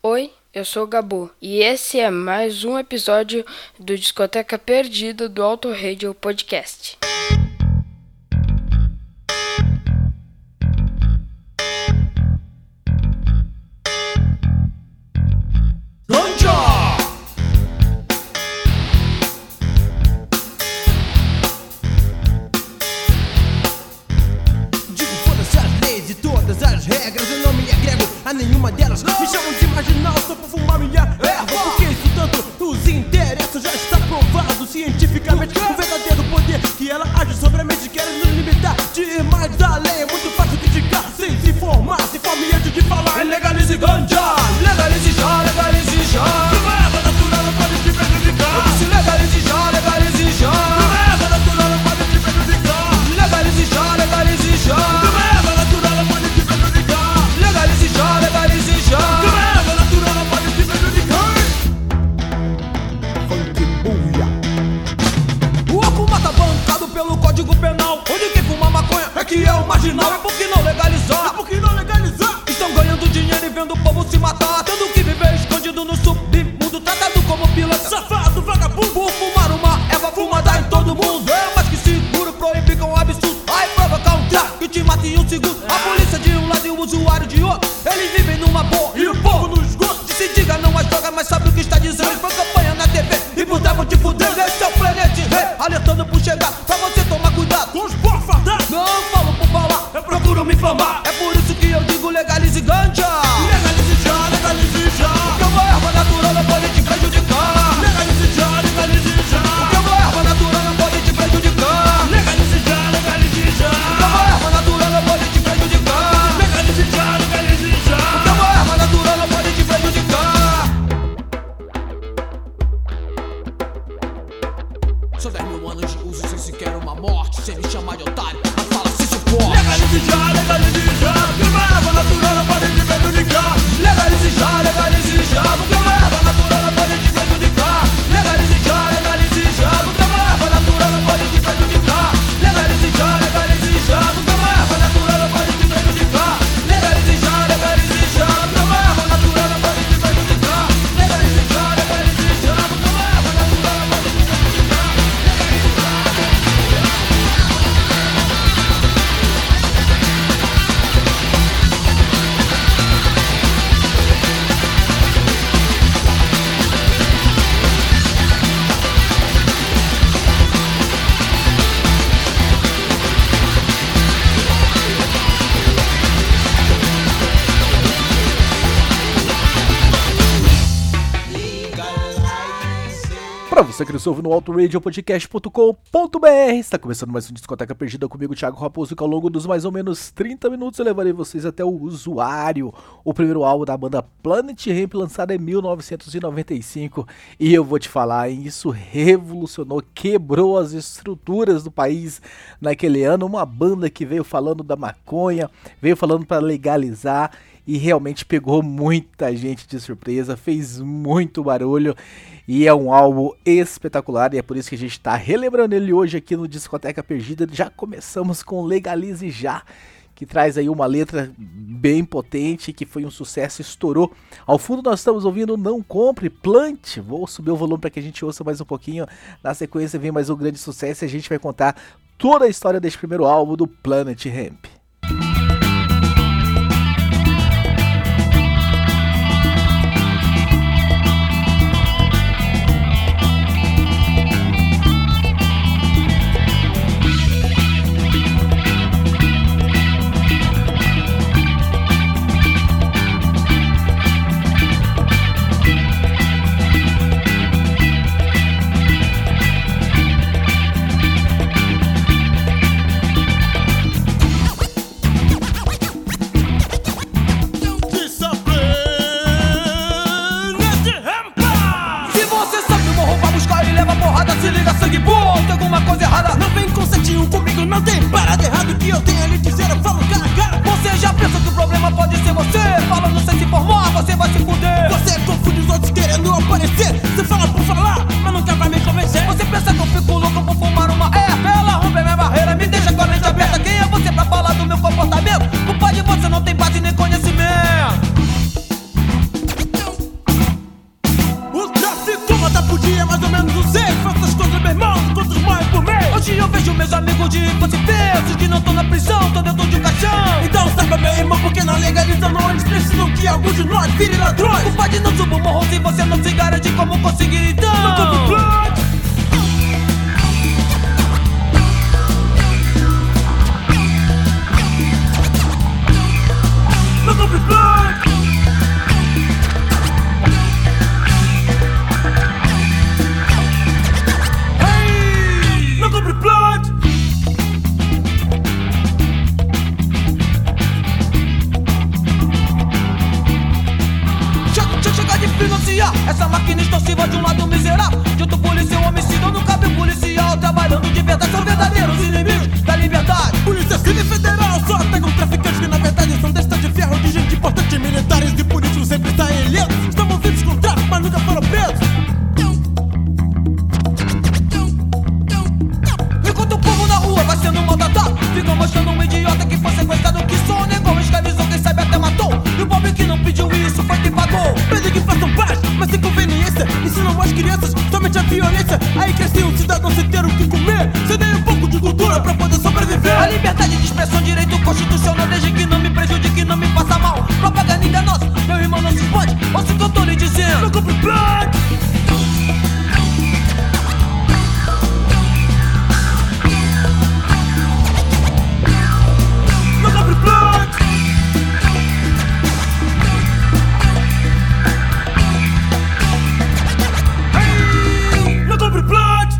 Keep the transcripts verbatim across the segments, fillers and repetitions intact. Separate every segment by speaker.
Speaker 1: Oi, eu sou o Gabu e esse é mais um episódio do Discoteca Perdida do Auto Radio Podcast.
Speaker 2: Digo foda-se as leis e todas as regras, eu não me agrego a nenhuma delas. Me chamam de marginal só por fumar minha erva, porque isso tanto nos interessa, já está provado cientificamente. O verdadeiro poder que ela age sobre a mente, quer nos limitar de ir mais além. É muito fácil criticar sem se informar, se informe antes de falar. Legalize ganja, legalize já, legalize já. Uma erva natural não pode te prejudicar. Eu disse legalize já, legalize já. Uma erva natural não pode te prejudicar. Legalize já, legalize já. Uma erva natural não pode te prejudicar. Legalize já, legalize já. Uma erva natural não pode te prejudicar. Funk buia. O álcool mata bancado pelo Código Penal, onde quem fuma maconha é que é o marginal. É por que não legalizar? É por que não legalizar? Estão ganhando dinheiro e vendo o povo se matar, tendo que viver escondido no submundo, tratado como pilantra, safado, vagabundo. Por fumar uma erva fumada em todo mundo, é mais que seguro, proibir com absurdo. Aí provocar um trago que te mata em um segundo. A polícia de um lado e o usuário de outro, eles vivem numa boa e o povo no esgoto. Que se diga não as drogas, mas sabe o que está dizendo. Eles fazem campanha na T V e por trás vão te fuder. Esse é o Planet Rei, alertando por chegar, pra você tomar cuidado com os porfadados. Não falo por falar, eu procuro me inflamar. É por isso que eu digo legalize ganja. Legalize já, legalize já. Porque uma erva natural não pode te prejudicar. Legalize já, legalize já. Porque uma erva natural não pode te prejudicar. Legalize já, legalize já. Porque uma erva natural não pode te prejudicar. Legalize já, legalize já. Porque uma erva natural não pode te prejudicar. São dez mil anos de uso sem sequer uma morte, sem me chamar de otário, mas fala se suporte. Legalize já, legalize já. Porque uma erva natural não pode te prejudicar. Legalize já, legalize já. Porque uma erva natural não pode te prejudicar. Legalize já, legalize já. Porque uma erva natural não pode te prejudicar. Legalize já, legalize já. Porque uma erva natural não pode te prejudicar. Legalize já, legalize já. Porque uma erva natural não pode te prejudicar. Legalize já, legalize já. Porque uma erva natural não pode te prejudicar.
Speaker 3: Para você que nos ouve no auto radio podcast ponto com ponto b r, está começando mais um Discoteca Perdida comigo, Thiago Raposo, que ao longo dos mais ou menos trinta minutos eu levarei vocês até o Usuário, o primeiro álbum da banda Planet Hemp, lançado em mil novecentos e noventa e cinco, e eu vou te falar, hein, isso revolucionou, quebrou as estruturas do país naquele ano, uma banda que veio falando da maconha, veio falando para legalizar, e realmente pegou muita gente de surpresa, fez muito barulho e é um álbum espetacular, e é por isso que a gente está relembrando ele hoje aqui no Discoteca Perdida. Já começamos com Legalize Já, que traz aí uma letra bem potente, que foi um sucesso, estourou. Ao fundo nós estamos ouvindo Não Compre, Plant. Vou subir o volume para que a gente ouça mais um pouquinho. Na sequência vem mais um grande sucesso e a gente vai contar toda a história desse primeiro álbum do Planet Hemp.
Speaker 2: de infância e penso que não tô na prisão, tô dentro de um caixão. Então saiba, meu irmão, porque não legalizando, eles precisam que alguns de nós virem ladrões. O pai não suba o morro se você não se garante, como conseguir então? Não compre blunt. Não compre blunt. Hey, não compre blunt. Chega de financiar essa máquina extorsiva de um lado miserável, de outro policial homicida. Não cabe um policial trabalhando de verdade, são verdadeiros inimigos da liberdade. Polícia Civil Federal só pegam traficantes que na verdade são testas de ferro, de gente importante, militares e políticos sempre saem lentos. Estão movidos com tráfico, mas nunca foram presos. Enquanto o povo na rua vai sendo maltratado, ficam mostrando um idiota que foi sequestrado, que só negou, escravizou, quem sabe até matou. E o pobre que não pediu isso foi quem pagou. Pedem que façam paz, mas sem conveniência, ensinam as crianças somente a violência. Aí cresce um cidadão sem ter o que comer, sem nem um pouco de cultura pra poder sobreviver. A liberdade de expressão, direito constitucional, desde que não me prejudique, não me faça mal. Propaganda enganosa, meu irmão, não se pode. Ouça o que eu tô lhe dizendo. Não compre blunt. Não compre blunt. Hey, não compre blunt.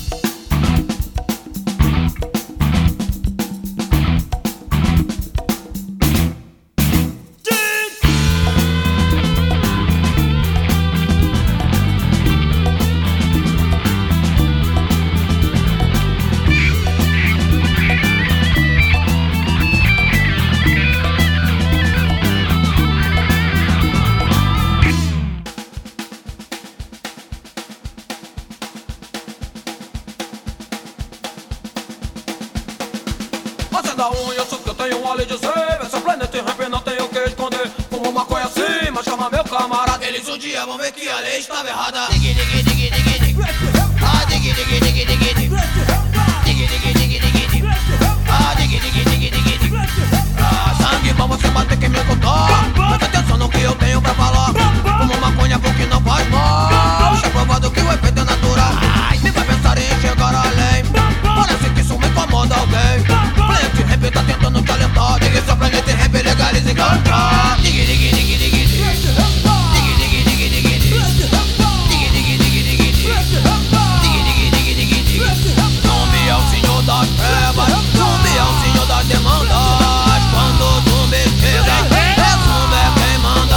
Speaker 2: Fazendo a unha, eu sou que eu tenho um a lhe dizer. Essa Planet Ramp não tem o que esconder. Fumo maconha assim, mas chama meu camarada. Eles um dia vão ver que a lei estava errada. Diggy, diggy, diggy, diggy, diggy. Ah, diggy, diggy, diggy, diggy, diggy. Diggy, diggy, diggy, diggy, diggy. Ah, diggy, diggy, diggy, diggy, diggy. Ah, sangue bom você bater quem me contou. Presta atenção no que eu tenho pra falar. Fumo maconha porque não faz mal. Está provado que o efeito é natural. Me vai pensar em chegar além. Parece que isso me incomoda alguém. Planet Ramp tá tentando te alertar. Diga só Planet Ramp legaliza e canta. Diggy, diggy, diggy, diggy, diggy. Diggy, diggy, diggy, diggy, diggy. Diggy, diggy, diggy, diggy, diggy. Diggy, diggy, diggy, diggy, diggy. Zumbi é o senhor das trevas. Zumbi é o senhor das demandas. Quando o zumbi chega, é zumbi é quem manda.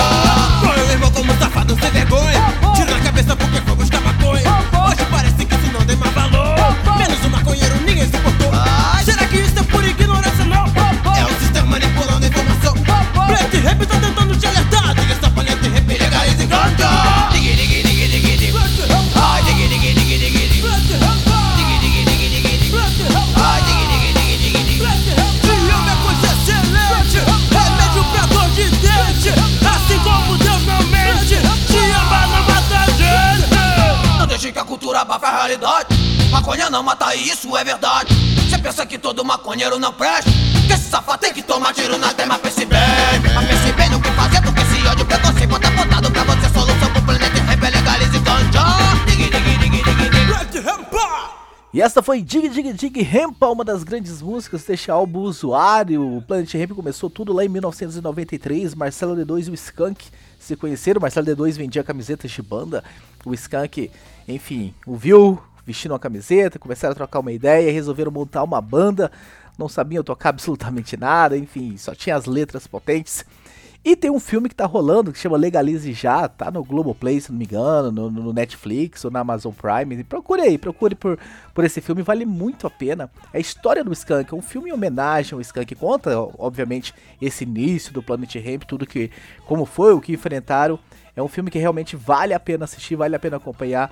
Speaker 2: Meu irmão como safado sem vergonha. Tira a cabeça porque foi buscar maconha. Hoje parece que isso não tem mais valor. Menos um maconheiro, ninguém se importou. Será que isso é por ignorância, não? É o sistema manipulando a informação. Planet Ramp tá tentando te alertar. Diga essa Planet Ramp legaliza e canta. Diggy, diggy, diggy, diggy, diggy. Ai, diggy, diggy, diggy, diggy, diggy. Diggy, diggy, diggy, diggy, diggy. Ai, diggy, diggy, diggy, diggy, diggy. Te amo é coisa excelente. Remédio pra dor de dente. Assim como Deus não mente. Te ama, não mata a gente. Não deixe que a cultura abafe a realidade. Maconha não mata, isso é verdade. Cê pensa que todo maconheiro não presta? Que esse safado tem que tomar tiro na tema. Pense bem, mas pense bem no que fazer. Porque esse ódio preconceito tá botado pra você. Solução pro Planet Ramp legalize e ganja. Diggy, diggy, diggy, diggy, diggy. Planet Ramp.
Speaker 3: E essa foi Dig Dig Dig Rampa, uma das grandes músicas deste álbum Usuário. O Planet Ramp começou tudo lá em mil novecentos e noventa e três. Marcelo D dois e o Skank se conheceram. Marcelo D dois vendia camisetas de banda. O Skank, enfim, o viu vestindo uma camiseta, começaram a trocar uma ideia, resolveram montar uma banda. Não sabiam tocar absolutamente nada, enfim, só tinha as letras potentes. E tem um filme que tá rolando, que chama Legalize Já, tá no Globoplay, se não me engano, no, no Netflix ou na Amazon Prime. Procure aí, procure por, por esse filme, vale muito a pena. É a história do Skank, é um filme em homenagem ao Skank, conta, obviamente, esse início do Planet Ramp, tudo que, como foi, o que enfrentaram. É um filme que realmente vale a pena assistir, vale a pena acompanhar.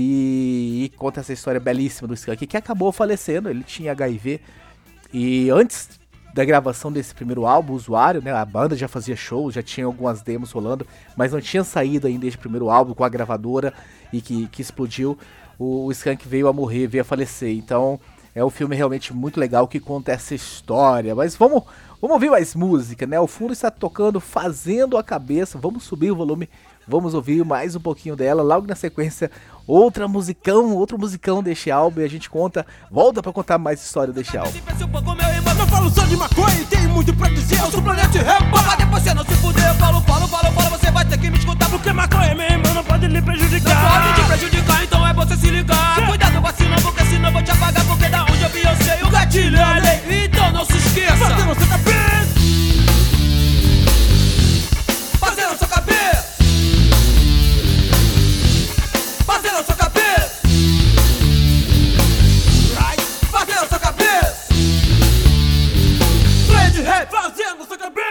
Speaker 3: E, e conta essa história belíssima do Skank, que acabou falecendo, ele tinha H I V. E antes da gravação desse primeiro álbum, Usuário, né, a banda já fazia shows, já tinha algumas demos rolando, mas não tinha saído ainda esse primeiro álbum com a gravadora e que, que explodiu. O, o Skank veio a morrer, veio a falecer. Então É um filme realmente muito legal que conta essa história. Mas vamos, vamos ouvir mais música, né? O fundo está tocando Fazendo a Cabeça. Vamos subir o volume, vamos ouvir mais um pouquinho dela. Logo na sequência, outra musicão, outro musicão deste álbum. E a gente conta, volta pra contar mais história deste álbum.
Speaker 2: Eu falo só de maconha e tem muito pra dizer. Eu sou o Planete Rap. Mas depois você não se fuder. Eu falo, falo, falo, falo. Você vai ter que me escutar. Porque maconha, meu irmão, não pode lhe prejudicar. Não pode te prejudicar, então é você se ligar. Cuidado, vacina, porque senão eu vou te apagar. Porque da onde eu vi eu sei, o gatilho é a lei. Então não se esqueça. Fazendo sua cabeça. Fazendo sua cabeça. Fazendo sua cabeça. Right. Fazendo sua cabeça. Planete Rap. Fazendo sua cabeça.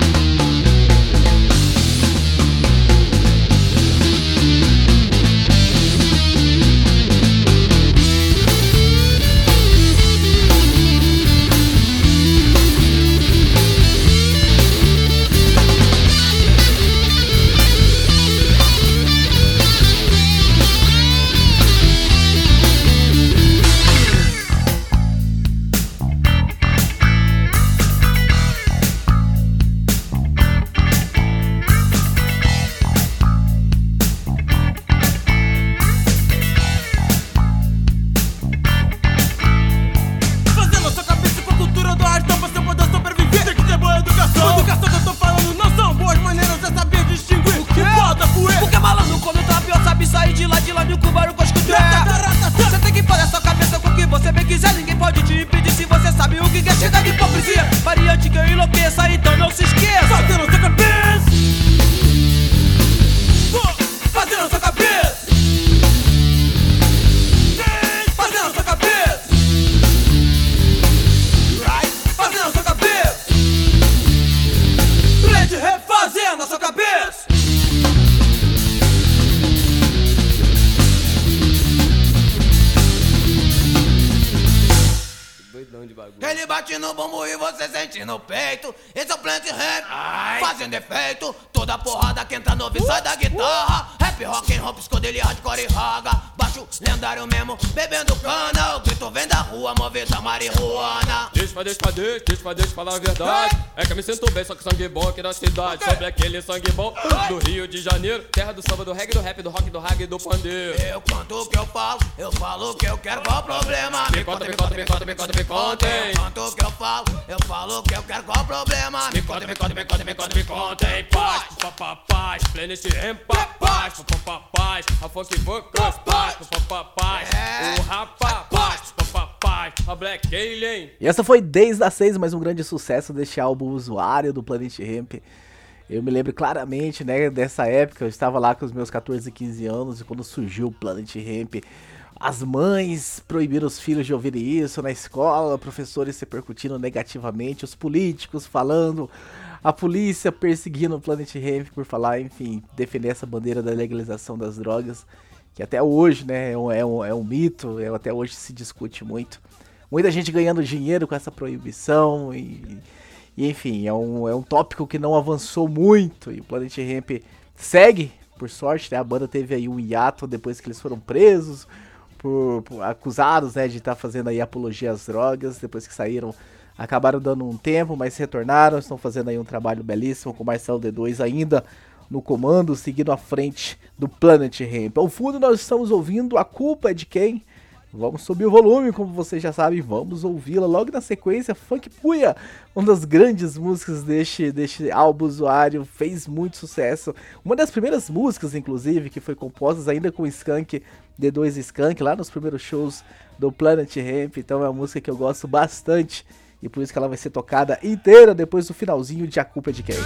Speaker 2: Ele bate no bumbum e você sente no peito. Esse é o Planete Rap, ai, fazendo efeito. Toda porrada que entra no ouvido sai da guitarra. Rap, rock and roll, escondele, hardcore e raga. Baixo lendário mesmo, bebendo cana. O grito vem da rua, movida marihuana.
Speaker 4: Deixa pra, deixa pra, deixa, deixa pra, deixa falar a verdade. É que eu me sinto bem, só que sangue bom aqui na cidade. Sobre aquele sangue bom do Rio de Janeiro. Terra do samba, do reggae, do rap, do rock, do rag e do pandeiro.
Speaker 2: Eu canto o que eu falo, eu falo o que eu quero, qual o problema?
Speaker 4: Me conta, me conta, me conta, me conta, me conta.
Speaker 2: Eu canto o que eu falo, eu falo o que eu quero, qual o problema?
Speaker 4: Me conta, me conta, me conta, me conta, me conta. Paz, papá, paz, Planete Rap, paz, papá, paz, a funk vocals, paz, papá, paz, o rapa, paz, papá, paz, a Black Alien.
Speaker 3: E essa foi Desde as Seis, mais um grande sucesso deste álbum Usuário do Planete Rap. Eu me lembro claramente, né, dessa época. Eu estava lá com os meus catorze, quinze anos e quando surgiu o Planete Rap, as mães proibiram os filhos de ouvirem isso na escola, professores se repercutindo negativamente, os políticos falando, a polícia perseguindo o Planete Rap por falar, enfim, defender essa bandeira da legalização das drogas, que até hoje, né, é um, é um, é um mito, é, até hoje se discute muito. Muita gente ganhando dinheiro com essa proibição e, e enfim, é um, é um tópico que não avançou muito e o Planete Rap segue, por sorte, né, a banda teve aí um hiato depois que eles foram presos, Por, por, acusados, né, de estar tá fazendo aí apologia às drogas. Depois que saíram, acabaram dando um tempo, mas retornaram, estão fazendo aí um trabalho belíssimo com o Marcelo D dois ainda no comando, seguindo à frente do Planete Rap. Ao fundo nós estamos ouvindo A Culpa é de Quem? Vamos subir o volume, como vocês já sabem, vamos ouvi-la. Logo na sequência, Funk Puya, uma das grandes músicas deste, deste álbum Usuário, fez muito sucesso. Uma das primeiras músicas, inclusive, que foi composta ainda com Skank, D dois Skank, lá nos primeiros shows do Planete Rap. Então é uma música que eu gosto bastante e por isso que ela vai ser tocada inteira depois do finalzinho de A Culpa é de Quem?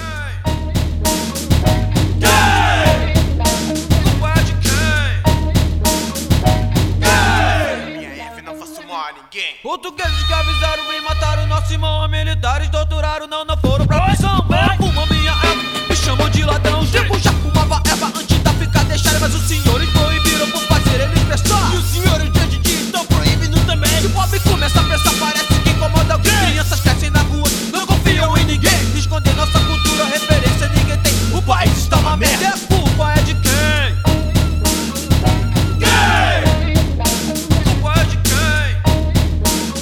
Speaker 2: Portugueses que avisaram, vem matar o nosso irmão. Militares torturaram, não, não foram pra prisão. Fumam minha erva, me chamam de ladrão. Tipo, já fumava erva antes da ficar deixada. Mas os senhores proibiram por fazer eles prestar. E os senhores de hoje em dia estão proibindo também. Se o pobre começa a pensar, parece que incomoda alguém. Crianças crescem na rua, não confiam em ninguém. Esconder nossa cultura, referência ninguém tem. O país está uma merda, e a culpa é de quem? Quem? A culpa é de quem?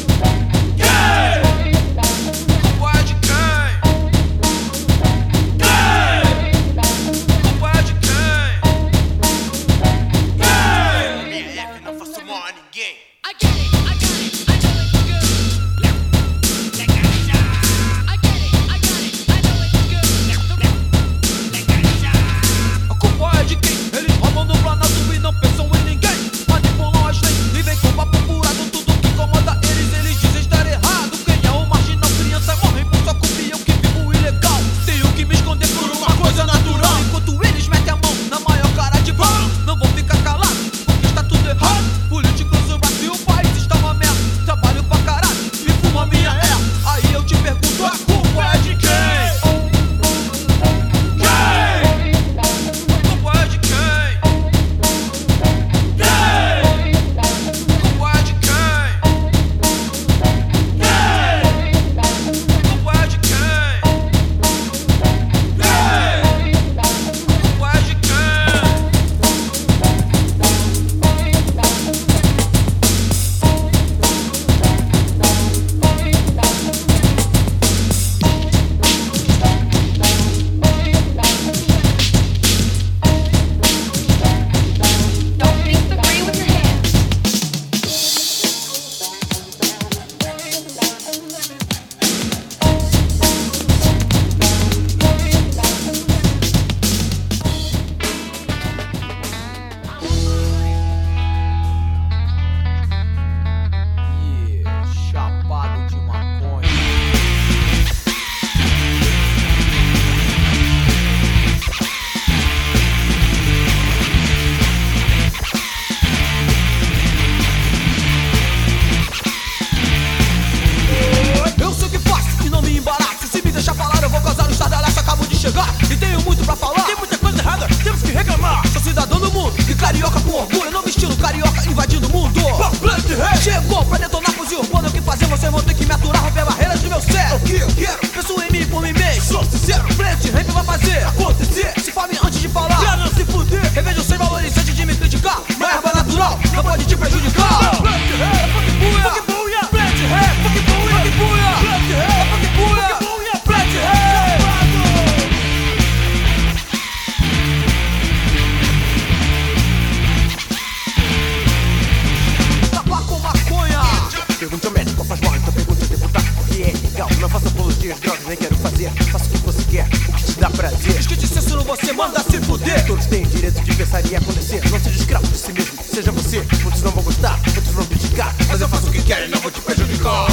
Speaker 2: fazer, faça o que você quer, o que te dá prazer. Diz que te censuro, você manda se fuder. Todos têm direito de pensar e acontecer. Não seja escravo de si mesmo, seja você. Muitos não vão gostar, muitos vão criticar, mas eu faço o que quero e não vou te prejudicar.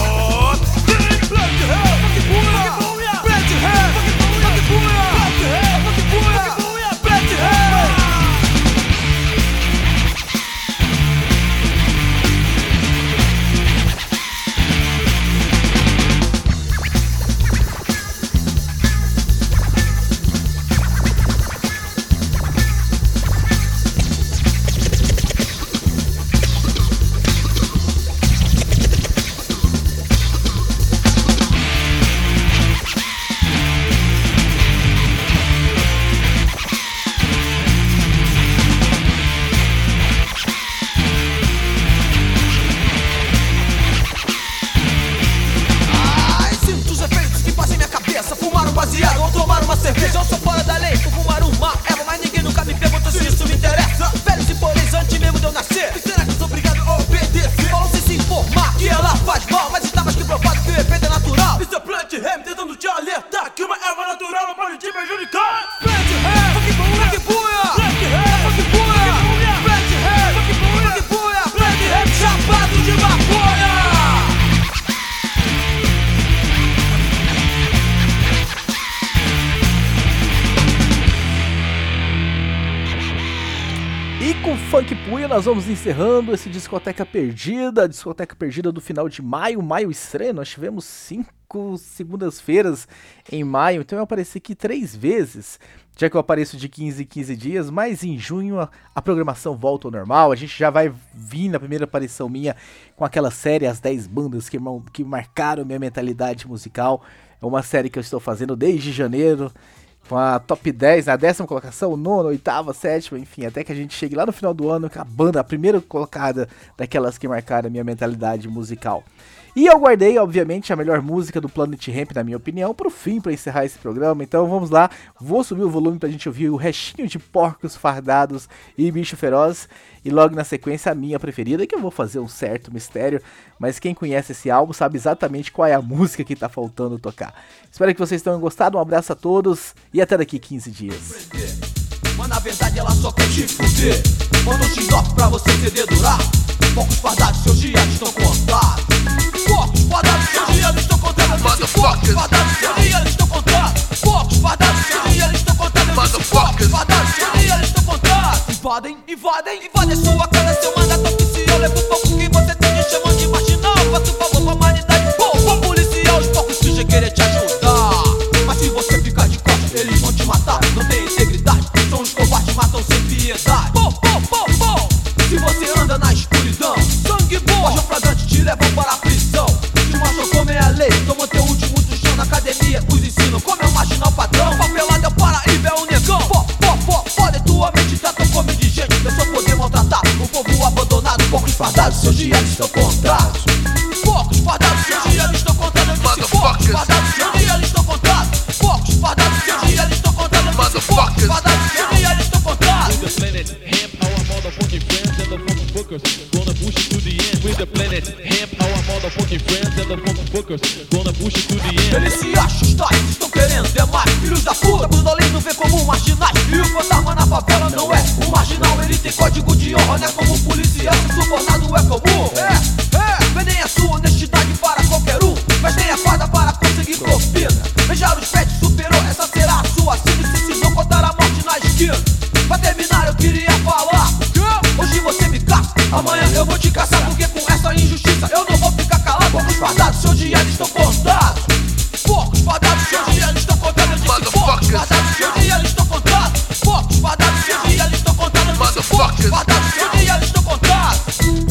Speaker 3: Nós vamos encerrando esse Discoteca Perdida, a Discoteca Perdida do final de maio, maio estreia. Nós tivemos cinco segundas-feiras em maio, então eu apareci aqui três vezes, já que eu apareço de quinze em quinze dias, mas em junho a, a programação volta ao normal. A gente já vai vir na primeira aparição minha com aquela série As dez Bandas que, que marcaram minha mentalidade musical. É uma série que eu estou fazendo desde janeiro, com a top dez, na décima colocação, nona, oitava, sétima, enfim, até que a gente chegue lá no final do ano com a banda, a primeira colocada daquelas que marcaram a minha mentalidade musical. E eu guardei, obviamente, a melhor música do Planet Hemp, na minha opinião, pro fim, pra encerrar esse programa. Então vamos lá, vou subir o volume pra gente ouvir o restinho de Porcos Fardados e Bicho Feroz. E logo na sequência a minha preferida, que eu vou fazer um certo mistério, mas quem conhece esse álbum sabe exatamente qual é a música que tá faltando tocar. Espero que vocês tenham gostado, um abraço a todos e até daqui quinze dias.
Speaker 2: Mas na verdade ela só quer te fuder. Manda um X-Off pra você ter dedurar. Porcos Fardados, seus dias estão contados. Porcos Fardados, seus dias estão contados. Porcos Fardados, seus dias estão contados. Porcos Fardados, seus dias estão contados. Porcos Fardados, seus dias estão contados. Invadem, invadem, invadem sua casa. Seu mandato oficial leva o pouco que você tem de chamar de marginal. Faça o favor pra humanidade. Pô, pô, policial, os porcos fingem querer te ajudar. Mas se você ficar de costas, eles vão te matar. Não tem integridade, são os covardes, matam sem piedade. Pô, pô, pô, pô. Se você anda na escuridão, sangue bom, Major Flagrante te levam para a prisão. Te mostram como é a lei, tomam teu último do chão na academia. Os ensinam como é o marginal padrão. Papelada é o Paraíba, é o negão. Pô, pô, pô, podem tua mente tratam como indigente. Eu só poder maltratar o povo abandonado. Porcos Fardados, seus dias estão contados. Porcos Fardados, seus dias estão contados. Porcos Fardados, seus dias estão contados. Porcos Fardados, seus dias estão contados. Porcos Fardados, seus dias estão contados.
Speaker 5: With the planet hemp, our motherfucking friends and the motherfuckers gonna push it to the end. With the planet hemp, our motherfucking friends and the motherfuckers gonna push it to the end.
Speaker 2: Eles se acham tais, estão querendo demais. Filhos da puta, Brunolim não vê como marginais. E o fantasma na favela não é um marginal. Ele tem código de honra, não é como policial. Se subornado é comum. É, é, vendem a sua honestidade para qualquer um, mas nem a farda para conseguir propina. Beijar os pets superou, essa será a sua sina. Se se não contar a morte na esquina. Pra terminar eu queria falar. Hoje você me caça, amanhã eu vou te caçar. Porque com essa injustiça eu não vou ficar calado. Porcos Fardados, seus dias estão contados. Porcos Fardados, seus dias estão contados. Eu disse Porcos Fardados, seus dias estão contados. Porcos Fardados, seus dias estão contados. Eu disse Porcos Fardados, seus dias estão contados.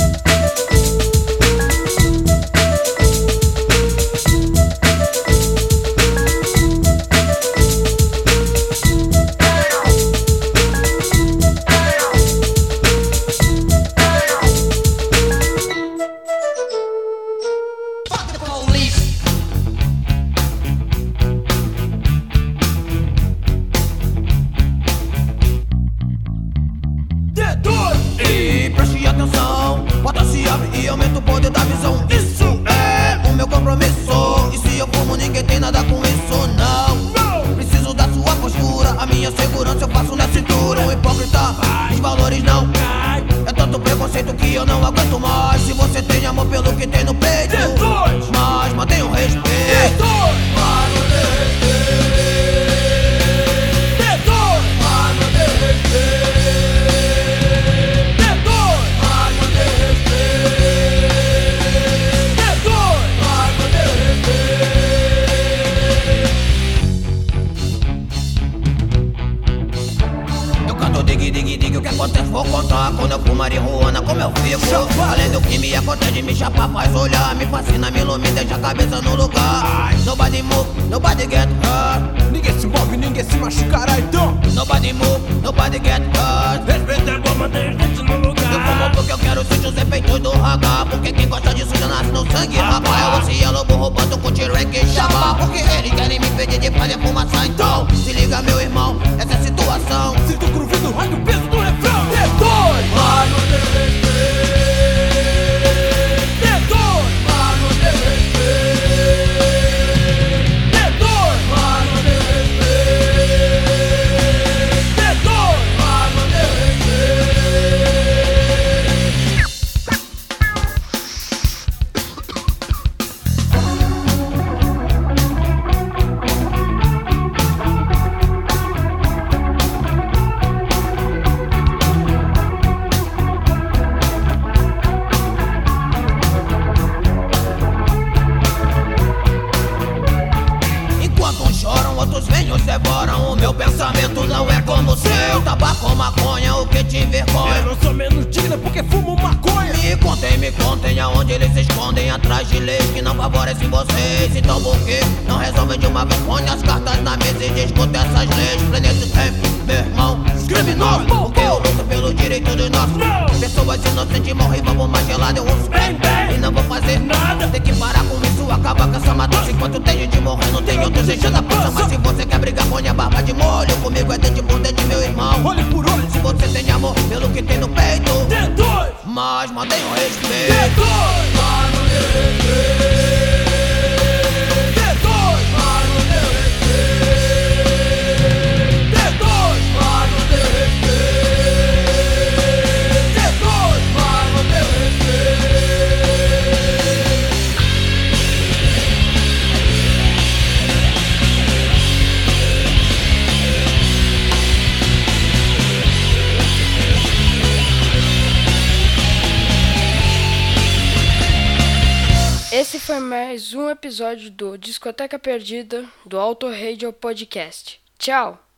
Speaker 2: Aumenta o poder da visão. Isso é o meu compromisso. E se eu fumo, ninguém tem nada com isso, não. flores não cai. É tanto preconceito que eu não aguento mais. Se você tem amor pelo que tem no peito, mas mantenha o respeito. Mas mantenha o respeito. Mas mantenha o respeito. Mas mantenha o respeito. Mas mantenha o respeito. Eu canto dig, dig, dig, o que acontece vou contar. Quando eu fumo marihuana, como eu fico. Além do que me acontece, me chapa, faz olhar. Me fascina, me ilumina, deixa a cabeça no lugar. Nobody move, nobody get hurt.
Speaker 6: Ninguém se move, ninguém se machucará então.
Speaker 2: Nobody move, nobody get hurt.
Speaker 4: Respeito é bom, manter gente no lugar.
Speaker 2: Eu fumo porque eu quero sentir os efeitos do raga. Porque quem gosta disso já nasce no sangue, rapaz. Eu esse lobo roubando com tiro é que chama. Porque eles querem me impedir de fazer fumaça. Então, se liga meu irmão, essa é a situação.
Speaker 6: Sinto o groove do raio, o peso do refrão.
Speaker 2: É dois, mas não tem respeito. É dois, mas não tem respeito. É dois, mas não tem respeito. É dois, mas não tem respeito. Enquanto uns choram, outros vêm os devoram. O meu pensamento não é como o seu. Tabaco, maconha, o que te envergonha?
Speaker 6: Eu não sou menos digna porque fumo maconha.
Speaker 2: Me contem, me contem aonde eles se escondem. Atrás de leis que não favorecem vocês. Então por que não resolvem de uma vez? Põe as cartas na mesa e discute essas leis. Planeta tempo, meu irmão, criminoso. Porque eu luto pelo direito dos nossos. Pessoas inocentes morrem, vamos mais gelado. Eu uso bem, bem, e não vou fazer nada. Tem que parar com isso, acabar com essa matança. Enquanto tem gente morrendo, tem outros enchendo a pança. Mas se você quer brigar, põe a barba de molho. Comigo é dente por dente, meu irmão.
Speaker 6: Olho por olho.
Speaker 2: Se você tem amor pelo que tem no peito,
Speaker 6: É dois,
Speaker 2: mas mantenha o respeito.
Speaker 6: é dois,
Speaker 2: Mas mantenha o respeito.
Speaker 6: é dois,
Speaker 2: Mas mantenha o respeito.
Speaker 6: é dois,
Speaker 2: Mas mantenha o respeito.
Speaker 6: é dois.
Speaker 2: Mas mantenha o respeito.
Speaker 1: Esse foi mais um episódio do Discoteca Perdida do Auto Radio Podcast. Tchau!